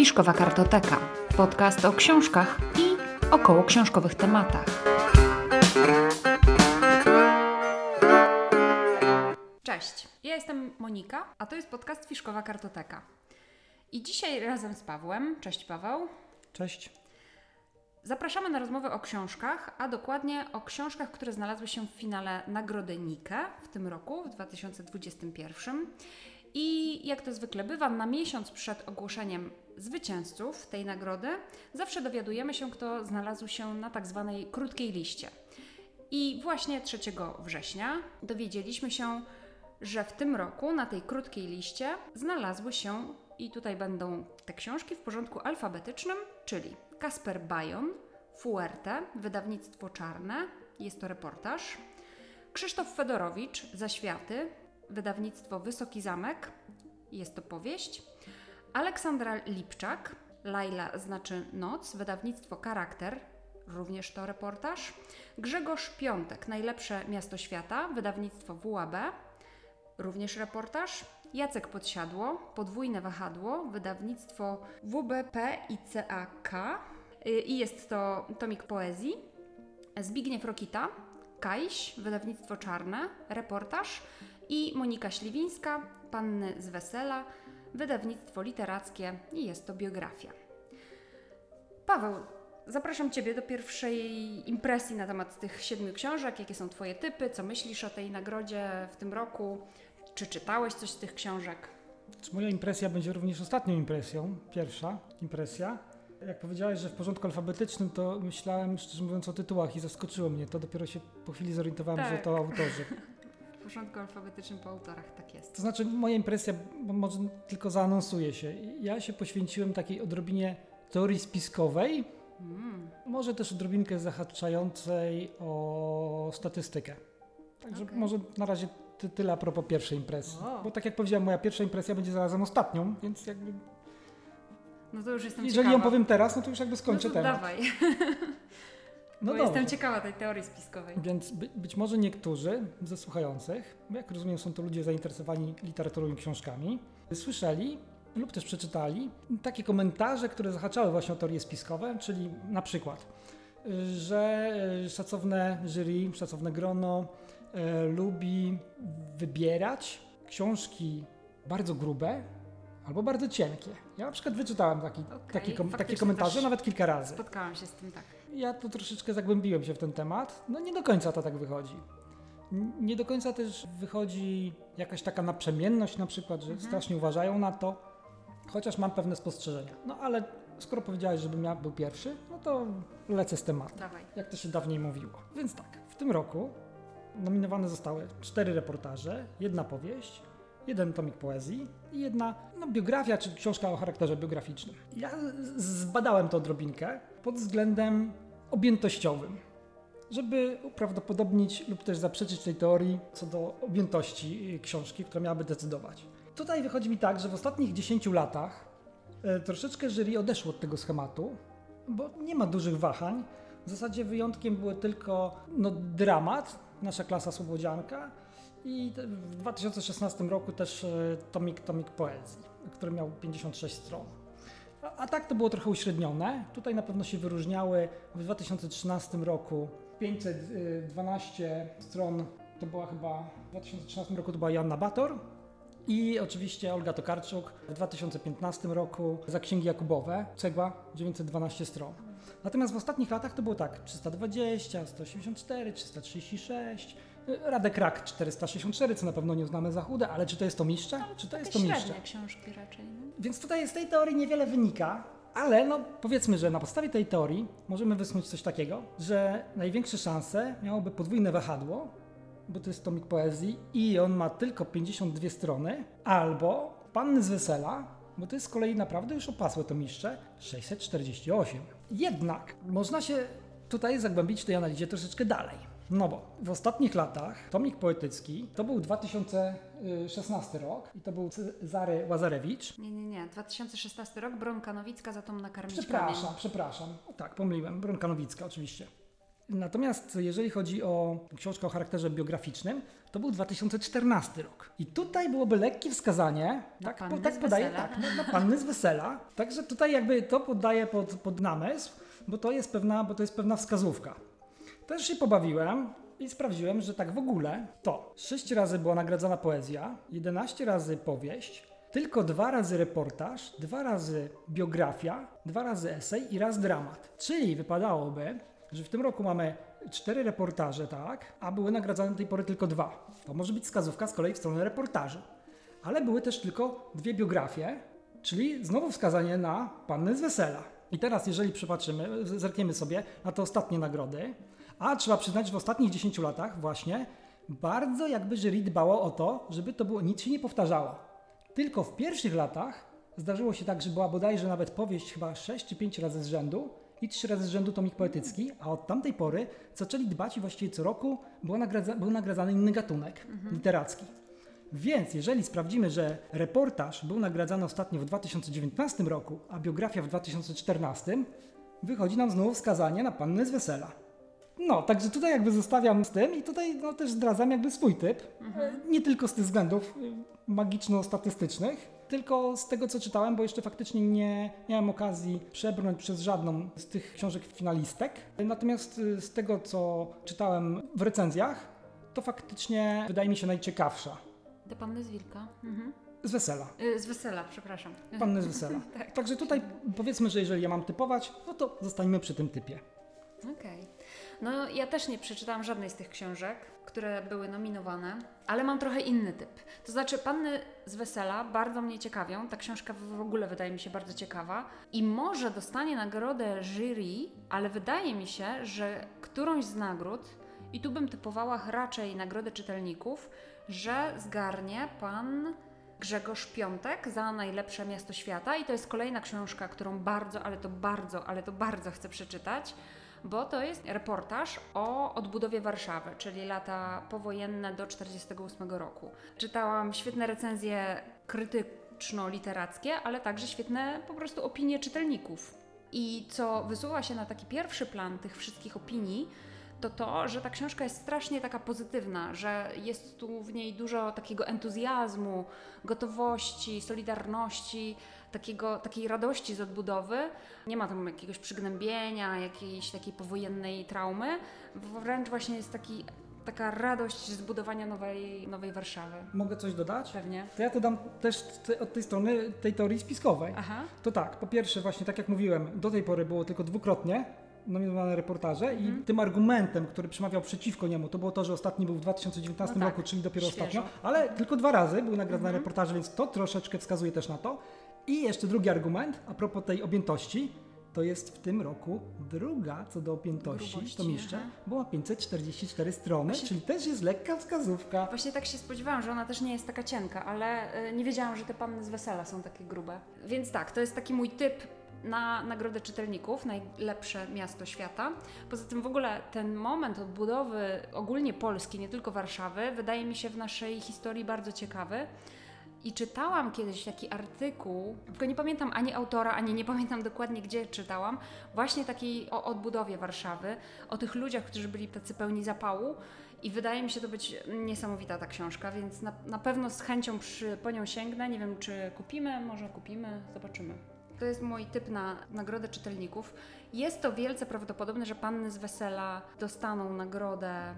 Fiszkowa Kartoteka. Podcast o książkach i około książkowych tematach. Cześć, ja jestem Monika, a to jest podcast Fiszkowa Kartoteka. I dzisiaj razem z Pawłem, cześć Paweł. Cześć. Zapraszamy na rozmowę o książkach, a dokładnie o książkach, które znalazły się w finale Nagrody Nike w tym roku, w 2021. I jak to zwykle bywa, na miesiąc przed ogłoszeniem zwycięzców tej nagrody zawsze dowiadujemy się, kto znalazł się na tak zwanej krótkiej liście. I właśnie 3 września dowiedzieliśmy się, że w tym roku na tej krótkiej liście znalazły się, i tutaj będą te książki w porządku alfabetycznym, czyli Kasper Bajon, Fuerte, wydawnictwo Czarne, jest to reportaż, Krzysztof Fedorowicz, Zaświaty, wydawnictwo Wysoki Zamek, jest to powieść, Aleksandra Lipczak, Laila znaczy noc, wydawnictwo Charakter, również to reportaż, Grzegorz Piątek, Najlepsze miasto świata, wydawnictwo WAB, również reportaż, Jacek Podsiadło, Podwójne wahadło, wydawnictwo WBP i CAK i jest to tomik poezji, Zbigniew Rokita, Kajś, wydawnictwo Czarne, reportaż i Monika Śliwińska, Panny z Wesela, wydawnictwo literackie i jest to biografia. Paweł, zapraszam Ciebie do pierwszej impresji na temat tych 7 książek. Jakie są Twoje typy? Co myślisz o tej nagrodzie w tym roku? Czy czytałeś coś z tych książek? Moja impresja będzie również ostatnią impresją, pierwsza impresja. Jak powiedziałeś, że w porządku alfabetycznym, to myślałem, szczerze mówiąc, o tytułach i zaskoczyło mnie to. Dopiero się po chwili zorientowałem, że to autorzy. W porządku alfabetycznym po autorach, tak jest. To znaczy moja impresja, bo może tylko zaanonsuję się. Ja się poświęciłem takiej odrobinie teorii spiskowej, może też odrobinkę zahaczającej o statystykę. Także może na razie tyle a propos pierwszej impresji. Bo tak jak powiedziałem, moja pierwsza impresja będzie zarazem ostatnią, więc jakby... No to już jestem Jeżeli ciekawa. ją powiem teraz, no to już jakby skończę temat. Dawaj. No bo jestem ciekawa tej teorii spiskowej. Więc być może niektórzy ze słuchających, bo jak rozumiem są to ludzie zainteresowani literaturą i książkami, słyszeli lub też przeczytali takie komentarze, które zahaczały właśnie o teorie spiskowe, czyli na przykład, że szacowne jury, szacowne grono lubi wybierać książki bardzo grube albo bardzo cienkie. Ja na przykład wyczytałem takie komentarze nawet kilka razy. Spotkałam się z tym, tak. Ja to troszeczkę zagłębiłem się w ten temat. No nie do końca to tak wychodzi. Nie do końca też wychodzi jakaś taka naprzemienność na przykład, że strasznie uważają na to, chociaż mam pewne spostrzeżenia. No ale skoro powiedziałeś, żebym ja był pierwszy, no to lecę z tematem. Dawaj. Jak to się dawniej mówiło. Więc tak, w tym roku nominowane zostały 4 reportaże, 1 powieść, 1 tomik poezji i 1 biografia, czy książka o charakterze biograficznym. Ja zbadałem to odrobinkę pod względem objętościowym, żeby uprawdopodobnić lub też zaprzeczyć tej teorii co do objętości książki, która miałaby decydować. Tutaj wychodzi mi tak, że w ostatnich 10 latach troszeczkę jury odeszło od tego schematu, bo nie ma dużych wahań. W zasadzie wyjątkiem były tylko dramat, Nasza klasa Słowodzianka i w 2016 roku też tomik poezji, który miał 56 stron. A tak to było trochę uśrednione. Tutaj na pewno się wyróżniały w 2013 roku 512 stron, to była chyba w 2013 roku to była Joanna Bator i oczywiście Olga Tokarczuk w 2015 roku Za księgi Jakubowe, Cegła, 912 stron. Natomiast w ostatnich latach to było tak, 320, 184, 336, Radek Rak 464, co na pewno nie uznamy za chude, ale czy to jest to mistrze? Czy to jest to mistrze? Średnie książki raczej. No? Więc tutaj z tej teorii niewiele wynika, ale powiedzmy, że na podstawie tej teorii możemy wysnuć coś takiego, że największe szanse miałoby Podwójne wahadło, bo to jest tomik poezji i on ma tylko 52 strony, albo Panny z Wesela, bo to jest z kolei naprawdę już opasłe to mistrze, 648. Jednak można się tutaj zagłębić w tej analizie troszeczkę dalej. No bo w ostatnich latach tomik poetycki to był 2016 rok i to był Cezary Łazarewicz. Nie. 2016 rok, Bronka Nowicka, Zatomna Karmić. Przepraszam. Tak, pomyliłem. Bronka Nowicka, oczywiście. Natomiast jeżeli chodzi o książkę o charakterze biograficznym, to był 2014 rok. I tutaj byłoby lekkie wskazanie, Na tak, panny tak z podaję, wesela. tak, na panny z wesela. Także tutaj jakby to poddaję pod namysł, bo to jest pewna wskazówka. Też się pobawiłem i sprawdziłem, że tak w ogóle to 6 razy była nagradzana poezja, 11 razy powieść, tylko 2 razy reportaż, 2 razy biografia, 2 razy esej i raz dramat. Czyli wypadałoby, że w tym roku mamy 4 reportaże, tak, a były nagradzane do tej pory tylko 2. To może być wskazówka z kolei w stronę reportażu. Ale były też tylko 2 biografie, czyli znowu wskazanie na panny z wesela. I teraz, jeżeli zerkniemy sobie na te ostatnie nagrody, a trzeba przyznać, że w ostatnich 10 latach właśnie bardzo jakby jury dbało o to, żeby to było, nic się nie powtarzało. Tylko w pierwszych latach zdarzyło się tak, że była bodajże nawet powieść chyba 6 czy 5 razy z rzędu i 3 razy z rzędu tomik poetycki, a od tamtej pory zaczęli dbać i właściwie co roku był nagradzany inny gatunek literacki. Więc jeżeli sprawdzimy, że reportaż był nagradzany ostatnio w 2019 roku, a biografia w 2014, wychodzi nam znowu wskazanie na panny z wesela. No, także tutaj jakby zostawiam z tym i tutaj też zdradzam jakby swój typ. Nie tylko z tych względów magiczno-statystycznych, tylko z tego, co czytałem, bo jeszcze faktycznie nie miałem okazji przebrnąć przez żadną z tych książek finalistek. Natomiast z tego, co czytałem w recenzjach, to faktycznie wydaje mi się najciekawsza. Te panny z Wilka. Z wesela. Z wesela, przepraszam. Panny z wesela. Tak. Także tutaj powiedzmy, że jeżeli ja mam typować, no to zostańmy przy tym typie. Okej. No ja też nie przeczytałam żadnej z tych książek, które były nominowane, ale mam trochę inny typ. To znaczy panny z wesela bardzo mnie ciekawią, ta książka w ogóle wydaje mi się bardzo ciekawa i może dostanie nagrodę jury, ale wydaje mi się, że którąś z nagród, i tu bym typowała raczej nagrodę czytelników, że zgarnie pan Grzegorz Piątek za najlepsze miasto świata i to jest kolejna książka, którą ale to bardzo chcę przeczytać, bo to jest reportaż o odbudowie Warszawy, czyli lata powojenne do 1948 roku. Czytałam świetne recenzje krytyczno-literackie, ale także świetne po prostu opinie czytelników. I co wysuwa się na taki pierwszy plan tych wszystkich opinii, to, że ta książka jest strasznie taka pozytywna, że jest tu w niej dużo takiego entuzjazmu, gotowości, solidarności, takiej radości z odbudowy. Nie ma tam jakiegoś przygnębienia, jakiejś takiej powojennej traumy. Wręcz właśnie jest taka radość z budowania nowej Warszawy. Mogę coś dodać? Pewnie. To ja to dam też od tej strony tej teorii spiskowej. Aha. To tak, po pierwsze właśnie tak jak mówiłem, do tej pory było tylko dwukrotnie nominowane reportaże i tym argumentem, który przemawiał przeciwko niemu, to było to, że ostatni był w 2019 roku, czyli dopiero świeżo. ostatnio, ale tylko 2 razy były nagradzane reportaże, więc to troszeczkę wskazuje też na to. I jeszcze drugi argument, a propos tej objętości, to jest w tym roku druga co do objętości, to mistrza, była 544 strony, czyli też jest lekka wskazówka. Właśnie tak się spodziewałam, że ona też nie jest taka cienka, ale nie wiedziałam, że te panny z wesela są takie grube. Więc tak, to jest taki mój typ na nagrodę czytelników, najlepsze miasto świata. Poza tym w ogóle ten moment odbudowy ogólnie Polski, nie tylko Warszawy, wydaje mi się w naszej historii bardzo ciekawy. I czytałam kiedyś taki artykuł, tylko nie pamiętam ani autora, ani nie pamiętam dokładnie gdzie czytałam, właśnie takiej o odbudowie Warszawy, o tych ludziach, którzy byli tacy pełni zapału i wydaje mi się to być niesamowita ta książka, więc na pewno z chęcią po nią sięgnę. Nie wiem, czy kupimy, może kupimy, zobaczymy. To jest mój typ na nagrodę czytelników. Jest to wielce prawdopodobne, że panny z wesela dostaną nagrodę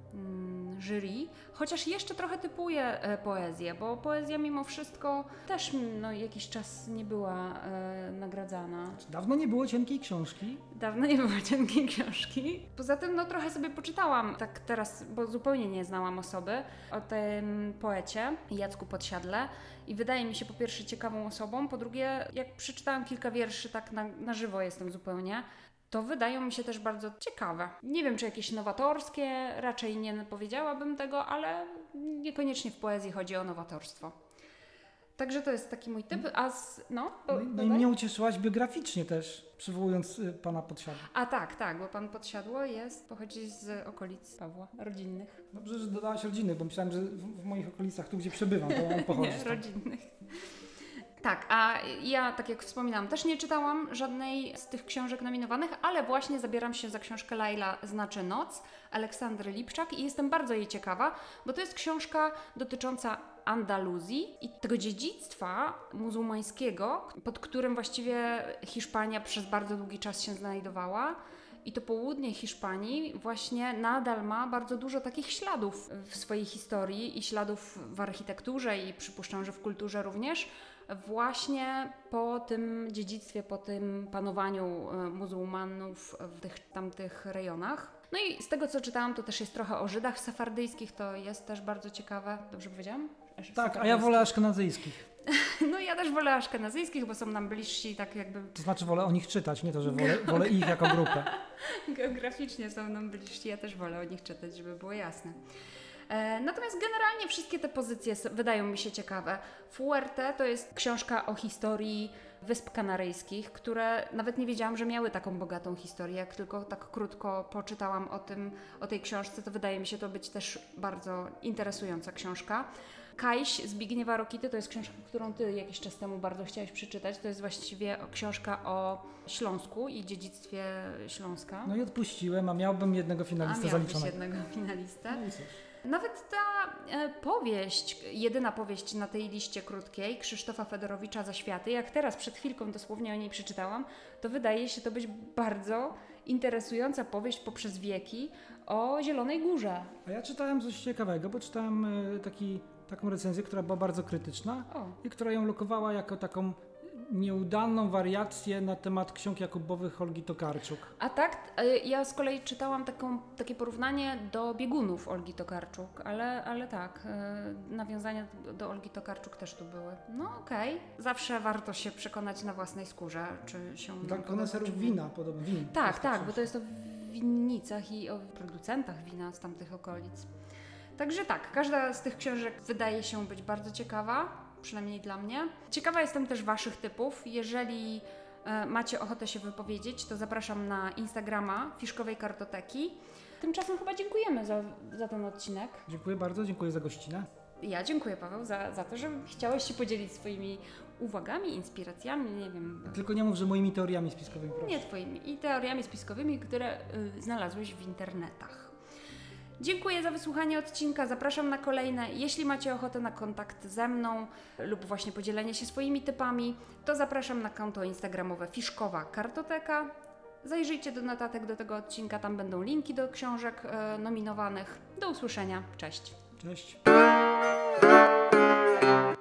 jury, chociaż jeszcze trochę typuję poezję, bo poezja mimo wszystko też jakiś czas nie była nagradzana. Dawno nie było cienkiej książki. Dawno nie było cienkiej książki. Poza tym trochę sobie poczytałam, tak teraz, bo zupełnie nie znałam osoby, o tym poecie Jacku Podsiadle i wydaje mi się po pierwsze ciekawą osobą, po drugie jak przeczytałam kilka wierszy tak na żywo jestem zupełnie, to wydają mi się też bardzo ciekawe. Nie wiem, czy jakieś nowatorskie, raczej nie powiedziałabym tego, ale niekoniecznie w poezji chodzi o nowatorstwo. Także to jest taki mój typ, No i mnie ucieszyłaś biograficznie też, przywołując pana Podsiadła. A tak, bo pan Podsiadło pochodzi z okolic Pawła, rodzinnych. Dobrze, że dodałaś rodzinnych, bo myślałem, że w moich okolicach, tu gdzie przebywam, to on pochodzi. Nie, rodzinnych. Tak, a ja, tak jak wspominałam, też nie czytałam żadnej z tych książek nominowanych, ale właśnie zabieram się za książkę Laila znaczy noc, Aleksandry Lipczak i jestem bardzo jej ciekawa, bo to jest książka dotycząca Andaluzji i tego dziedzictwa muzułmańskiego, pod którym właściwie Hiszpania przez bardzo długi czas się znajdowała. I to południe Hiszpanii właśnie nadal ma bardzo dużo takich śladów w swojej historii i śladów w architekturze i przypuszczam, że w kulturze również, właśnie po tym dziedzictwie, po tym panowaniu muzułmanów w tych tamtych rejonach. No i z tego, co czytałam, to też jest trochę o Żydach sefardyjskich, to jest też bardzo ciekawe. Dobrze powiedziałam? Tak, a ja wolę aszkenazyjskich. No ja też wolę aszkenazyjskich, bo są nam bliżsi tak jakby... To znaczy wolę o nich czytać, nie to, że wolę ich jako grupę. Geograficznie są nam bliżsi, ja też wolę o nich czytać, żeby było jasne. Natomiast generalnie wszystkie te pozycje wydają mi się ciekawe. Fuerte to jest książka o historii Wysp Kanaryjskich, które nawet nie wiedziałam, że miały taką bogatą historię. Jak tylko tak krótko poczytałam o tej książce, to wydaje mi się to być też bardzo interesująca książka. Kajś Zbigniewa Rokity to jest książka, którą Ty jakiś czas temu bardzo chciałeś przeczytać. To jest właściwie książka o Śląsku i dziedzictwie Śląska. No i odpuściłem, a miałbym jednego finalistę zaliczonego. Jednego finalistę. No i cóż. Nawet ta powieść, jedyna powieść na tej liście krótkiej, Krzysztofa Fedorowicza Zaświaty, jak teraz przed chwilką dosłownie o niej przeczytałam, to wydaje się to być bardzo interesująca powieść poprzez wieki o Zielonej Górze. A ja czytałem coś ciekawego, bo czytałem taką recenzję, która była bardzo krytyczna i która ją lokowała jako taką nieudaną wariację na temat ksiąg Jakubowych Olgi Tokarczuk. A tak, ja z kolei czytałam takie porównanie do biegunów Olgi Tokarczuk, ale tak, nawiązania do Olgi Tokarczuk też tu były. No okej. Zawsze warto się przekonać na własnej skórze, czy się... Dla koneserów wina, podobno win. Tak, bo to jest o winnicach i o producentach wina z tamtych okolic. Także tak, każda z tych książek wydaje się być bardzo ciekawa, przynajmniej dla mnie. Ciekawa jestem też Waszych typów. Jeżeli macie ochotę się wypowiedzieć, to zapraszam na Instagrama Fiszkowej Kartoteki. Tymczasem chyba dziękujemy za ten odcinek. Dziękuję bardzo, dziękuję za gościnę. Ja dziękuję, Paweł, za to, że chciałeś się podzielić swoimi uwagami, inspiracjami, nie wiem. Tylko nie mów, że moimi teoriami spiskowymi. Proszę. Nie twoimi, i teoriami spiskowymi, które znalazłeś w internetach. Dziękuję za wysłuchanie odcinka, zapraszam na kolejne. Jeśli macie ochotę na kontakt ze mną lub właśnie podzielenie się swoimi typami, to zapraszam na konto instagramowe Fiszkowa Kartoteka. Zajrzyjcie do notatek do tego odcinka, tam będą linki do książek nominowanych. Do usłyszenia, cześć. Cześć.